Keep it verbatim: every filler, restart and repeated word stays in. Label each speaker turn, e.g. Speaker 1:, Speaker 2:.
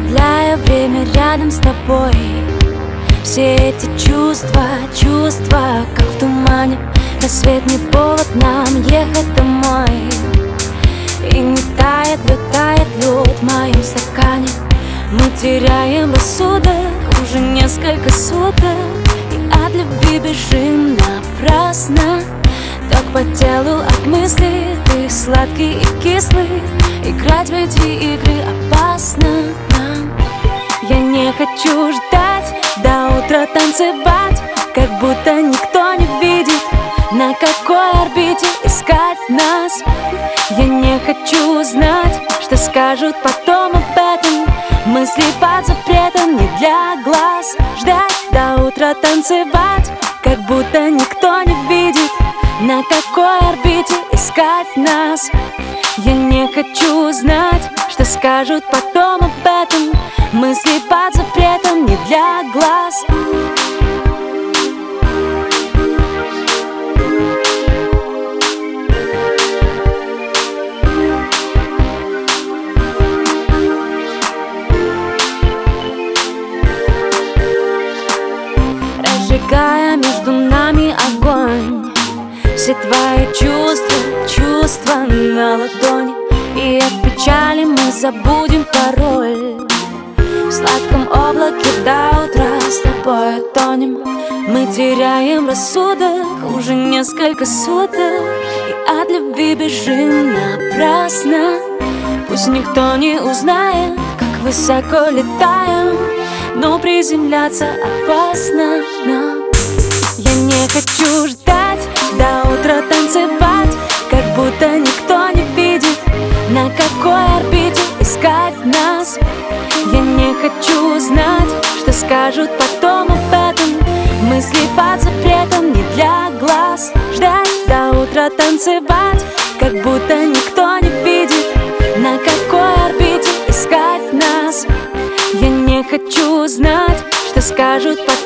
Speaker 1: замедляя время рядом с тобой. Все эти чувства, чувства, как в тумане. Рассвет не повод нам ехать домой. И не тает лед, тает лед в моем стакане. Мы теряем рассудок уже несколько суток, и от любви бежим напрасно. Так по телу от мыслей, ты сладкий и кислый. Играть в эти игры опасно нам. Я не хочу ждать до утра, танцевать, как будто никто не видит, на какой орбите искать нас. Я не хочу знать, что скажут потом об этом. Мысли под запретом не для глаз. Ждать до утра, танцевать, как будто никто не видит, на какой орбите искать нас. Я не хочу знать, что скажут потом об этом. Мысли под запретом не для глаз. Разжигая между нами огонь, все твои чувства, чувства на ладони. И от печали мы забудем пароль. В сладком облаке до утра с тобой тонем. Мы теряем рассудок уже несколько суток, и от любви бежим напрасно. Пусть никто не узнает, как высоко летаем, но приземляться опасно нам. Я не хочу ждать до утра, танцевать, как будто никто не видит, на какой орбите искать нас. Я не хочу знать, что скажут потом об этом. Мысли под запретом не для глаз. Ждать до утра, танцевать, как будто никто не видит, на какой орбите искать нас. Я не хочу знать, что скажут потом.